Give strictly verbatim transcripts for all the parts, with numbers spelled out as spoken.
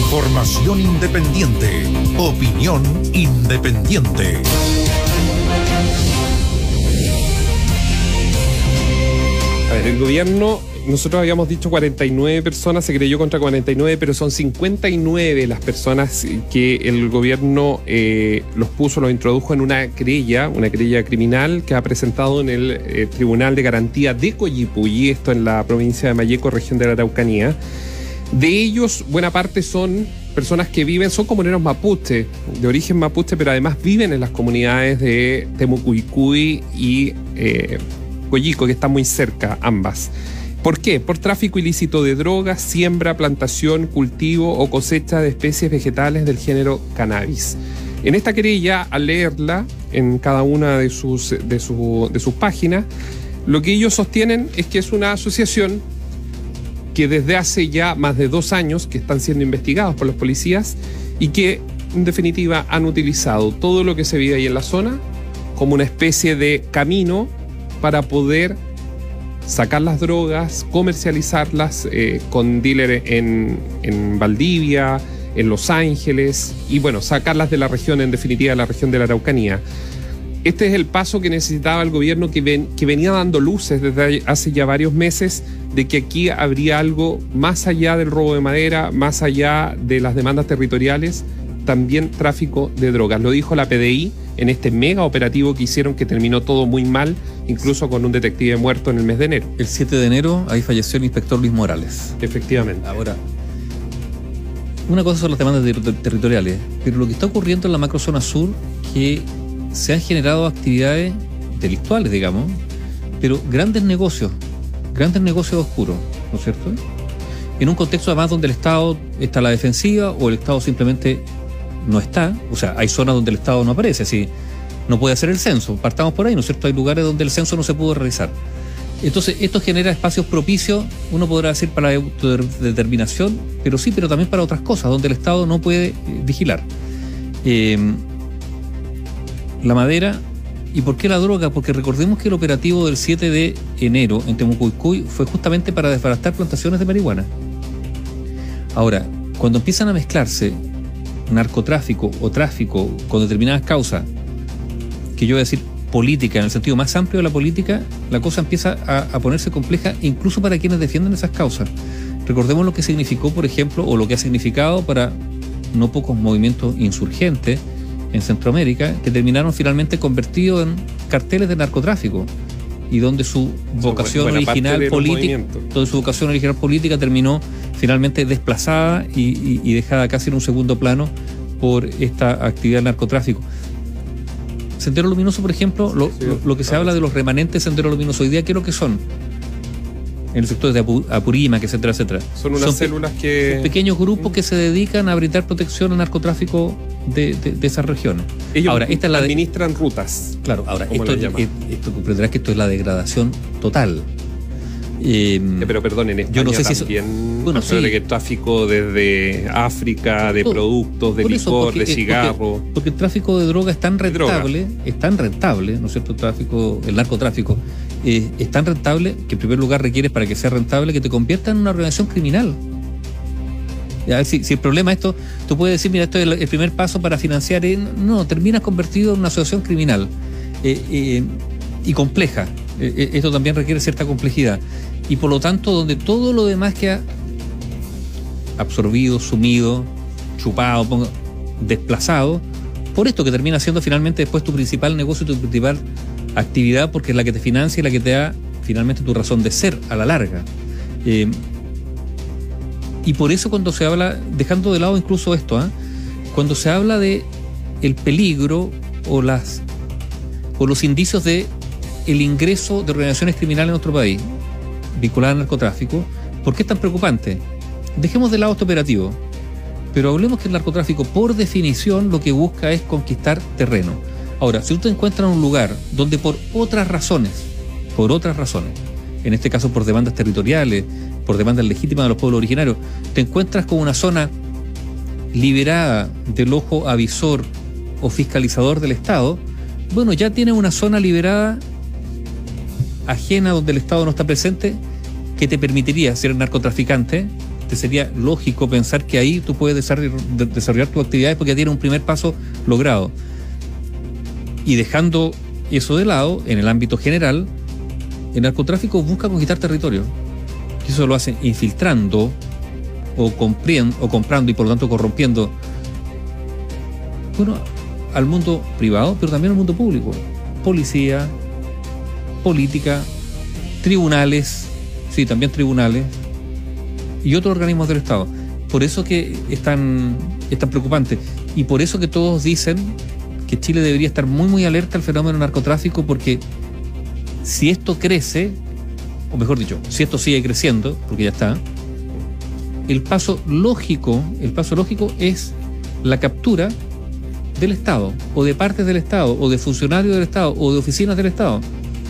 Información independiente. Opinión independiente. A ver, el gobierno, nosotros habíamos dicho cuarenta y nueve personas, se creyó contra cuarenta y nueve, pero son cincuenta y nueve las personas que el gobierno eh, los puso, los introdujo en una querella, una querella criminal que ha presentado en el eh, Tribunal de Garantía de Coyipulli, esto en la provincia de Malleco, región de la Araucanía. De ellos, buena parte son personas que viven, son comuneros mapuche, de origen mapuche, pero además viven en las comunidades de Temucuicui y eh, Coyico, que están muy cerca ambas. ¿Por qué? Por tráfico ilícito de drogas, siembra, plantación, cultivo o cosecha de especies vegetales del género cannabis. En esta querella, al leerla en cada una de sus, de su, de sus páginas, lo que ellos sostienen es que es una asociación que desde hace ya más de dos años que están siendo investigados por los policías y que en definitiva han utilizado todo lo que se vive ahí en la zona como una especie de camino para poder sacar las drogas, comercializarlas eh, con dealers en, en Valdivia, en Los Ángeles y bueno, sacarlas de la región, en definitiva de la región de la Araucanía. Este es el paso que necesitaba el gobierno, que, ven, que venía dando luces desde hace ya varios meses de que aquí habría algo más allá del robo de madera, más allá de las demandas territoriales, también tráfico de drogas. Lo dijo la P D I en este mega operativo que hicieron, que terminó todo muy mal, incluso con un detective muerto en el mes de enero. El siete de enero, ahí falleció el inspector Luis Morales. Efectivamente. Ahora, una cosa son las demandas ter- territoriales, pero lo que está ocurriendo en la macrozona sur, que se han generado actividades delictuales, digamos, pero grandes negocios, grandes negocios oscuros, ¿no es cierto? En un contexto además donde el Estado está a la defensiva o el Estado simplemente no está, o sea, hay zonas donde el Estado no aparece, así no puede hacer el censo, partamos por ahí, ¿no es cierto? Hay lugares donde el censo no se pudo realizar. Entonces, esto genera espacios propicios, uno podrá decir para la autodeterminación, pero sí, pero también para otras cosas, donde el Estado no puede eh, vigilar. Eh, la madera, ¿y por qué la droga? Porque recordemos que el operativo del siete de enero en Temucuicui fue justamente para desbaratar plantaciones de marihuana. Ahora, cuando empiezan a mezclarse narcotráfico o tráfico con determinadas causas, que yo voy a decir política, en el sentido más amplio de la política, la cosa empieza a, a ponerse compleja incluso para quienes defienden esas causas. Recordemos lo que significó, por ejemplo, o lo que ha significado para no pocos movimientos insurgentes en Centroamérica, que terminaron finalmente convertidos en carteles de narcotráfico y donde su vocación buena original política, donde su vocación original política terminó finalmente desplazada y, y, y dejada casi en un segundo plano por esta actividad del narcotráfico. Sendero Luminoso, por ejemplo, lo, sí, lo, lo que se habla de los remanentes de Sendero Luminoso hoy día, ¿qué es lo que son? En los sectores de Apu, Apurímac, etcétera, etcétera. Son unas son células que... Son pequeños grupos que se dedican a brindar protección al narcotráfico de, de, de esas regiones. Ellos ahora, esta es la administran de... rutas. Claro, ahora, esto, esto, esto comprenderás que esto es la degradación total. Eh, eh, pero perdón, en España yo no sé también si eso, bueno, sí. que el tráfico desde África, de todo, productos, de licor, eso, porque, de cigarro. Porque, porque el tráfico de droga es tan rentable, es tan rentable, ¿no es cierto? El tráfico, el narcotráfico eh, es tan rentable que en primer lugar requieres, para que sea rentable, que te convierta en una organización criminal. Ya, si, si el problema es esto, tú puedes decir, mira, esto es el, el primer paso para financiar, eh, no, terminas convertido en una asociación criminal eh, eh, y compleja. Eh, esto también requiere cierta complejidad. Y por lo tanto, donde todo lo demás queda absorbido, sumido, chupado, pongo, desplazado, por esto que termina siendo finalmente después tu principal negocio, tu principal actividad, porque es la que te financia y la que te da finalmente tu razón de ser a la larga. Eh, y por eso cuando se habla, dejando de lado incluso esto, ¿eh? cuando se habla de el peligro o las o los indicios de el ingreso de organizaciones criminales en nuestro país vinculadas al narcotráfico, ¿por qué es tan preocupante? Dejemos de lado este operativo, pero hablemos que el narcotráfico, por definición, lo que busca es conquistar terreno. Ahora, si tú te encuentras en un lugar donde por otras razones, por otras razones, en este caso por demandas territoriales, por demandas legítimas de los pueblos originarios, te encuentras con una zona liberada del ojo avisor o fiscalizador del Estado, bueno, ya tienes una zona liberada ajena donde el Estado no está presente, que te permitiría, si eres narcotraficante, te sería lógico pensar que ahí tú puedes desarrollar, desarrollar tus actividades porque ya tienes un primer paso logrado. Y dejando eso de lado, en el ámbito general, el narcotráfico busca conquistar territorio. Y eso lo hacen infiltrando o, comprien, o comprando y por lo tanto corrompiendo, bueno, al mundo privado, pero también al mundo público. Policía, política, tribunales, sí, también tribunales y otros organismos del Estado. Por eso que es tan, es tan preocupante. Y por eso que todos dicen que Chile debería estar muy muy alerta al fenómeno del narcotráfico, porque si esto crece, o mejor dicho, si esto sigue creciendo, porque ya está, el paso lógico, el paso lógico es la captura del Estado, o de partes del Estado, o de funcionarios del Estado, o de oficinas del Estado.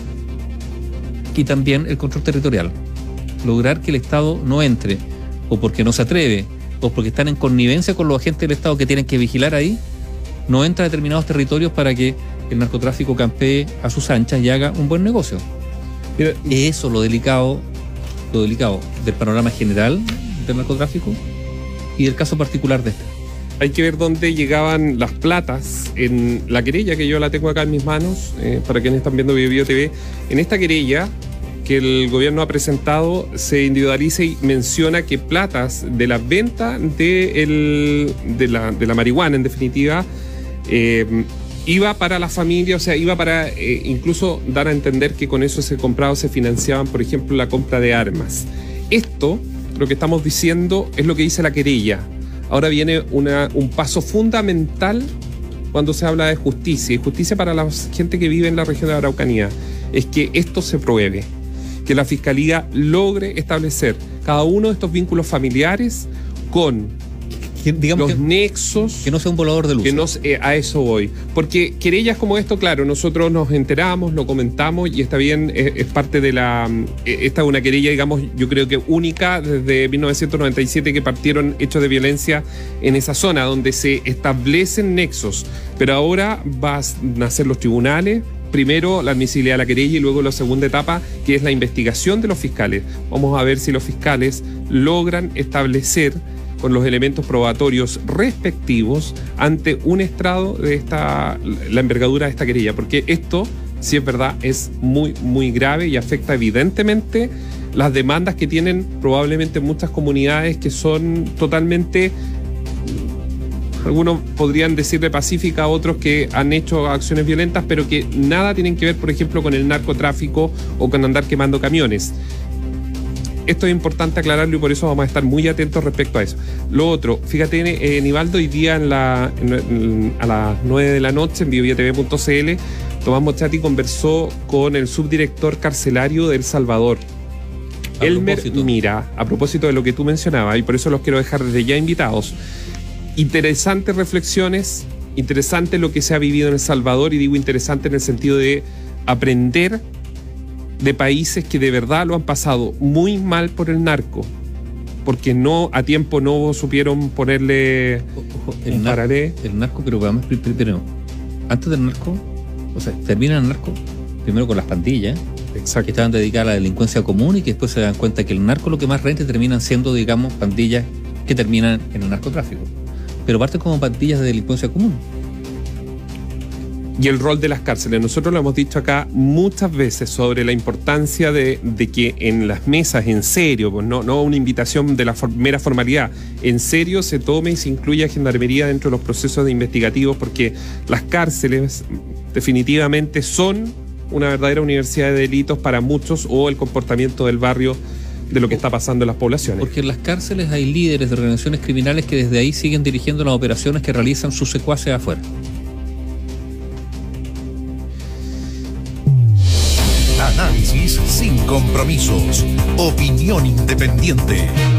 Y también el control territorial. Lograr que el Estado no entre, o porque no se atreve, o porque están en connivencia con los agentes del Estado que tienen que vigilar ahí, no entra a determinados territorios para que el narcotráfico campee a sus anchas y haga un buen negocio. Mira, eso lo delicado, lo delicado del panorama general del narcotráfico y del caso particular de este. Hay que ver dónde llegaban las platas en la querella, que yo la tengo acá en mis manos, eh, para quienes están viendo Bio Bio T V. En esta querella que el gobierno ha presentado se individualiza y menciona que platas de la venta de, el, de, la, de la marihuana, en definitiva, eh, iba para la familia, o sea, iba para eh, incluso dar a entender que con eso se compraba o se financiaban, por ejemplo, la compra de armas. Esto, lo que estamos diciendo, es lo que dice la querella. Ahora viene una, un paso fundamental cuando se habla de justicia, y justicia para la gente que vive en la región de la Araucanía, es que esto se pruebe, que la Fiscalía logre establecer cada uno de estos vínculos familiares con que, digamos los que, nexos. Que no sea un volador de luz. Que no, eh, a eso voy. Porque querellas como esto, claro, nosotros nos enteramos, lo comentamos y está bien, es, es parte de la... Esta es una querella, digamos, yo creo que única desde mil novecientos noventa y siete que partieron hechos de violencia en esa zona, donde se establecen nexos. Pero ahora van a nacer los tribunales. Primero la admisibilidad de la querella y luego la segunda etapa, que es la investigación de los fiscales. Vamos a ver si los fiscales logran establecer con los elementos probatorios respectivos ante un estrado de esta, la envergadura de esta querella, porque esto, si es verdad, es muy, muy grave y afecta evidentemente las demandas que tienen probablemente muchas comunidades que son totalmente... Algunos podrían decirle pacífica, otros que han hecho acciones violentas, pero que nada tienen que ver, por ejemplo, con el narcotráfico o con andar quemando camiones. Esto es importante aclararlo y por eso vamos a estar muy atentos respecto a eso. Lo otro, fíjate, eh, Nivaldo, hoy día en la, en, en, a las nueve de la noche en bio bio t v punto c l, Tomás Mochati conversó con el subdirector carcelario de El Salvador, a Elmer propósito. Mira, a propósito de lo que tú mencionabas, y por eso los quiero dejar desde ya invitados. Interesantes reflexiones, interesante lo que se ha vivido en El Salvador, y digo interesante en el sentido de aprender de países que de verdad lo han pasado muy mal por el narco, porque no a tiempo no supieron ponerle Ojo, el un narco, paralé. El narco, pero vamos primero, antes del narco, o sea, termina el narco primero con las pandillas. Exacto. Que estaban dedicadas a la delincuencia común y que después se dan cuenta que el narco lo que más rente terminan siendo, digamos, pandillas que terminan en el narcotráfico. Pero parten como pandillas de delincuencia común. Y el rol de las cárceles. Nosotros lo hemos dicho acá muchas veces sobre la importancia de, de que en las mesas, en serio, pues no, no una invitación de la for, mera formalidad, en serio se tome y se incluya gendarmería dentro de los procesos de investigativos, porque las cárceles definitivamente son una verdadera universidad de delitos para muchos, o el comportamiento del barrio de lo que está pasando en las poblaciones. Porque en las cárceles hay líderes de organizaciones criminales que desde ahí siguen dirigiendo las operaciones que realizan sus secuaces afuera. Análisis sin compromisos. Opinión independiente.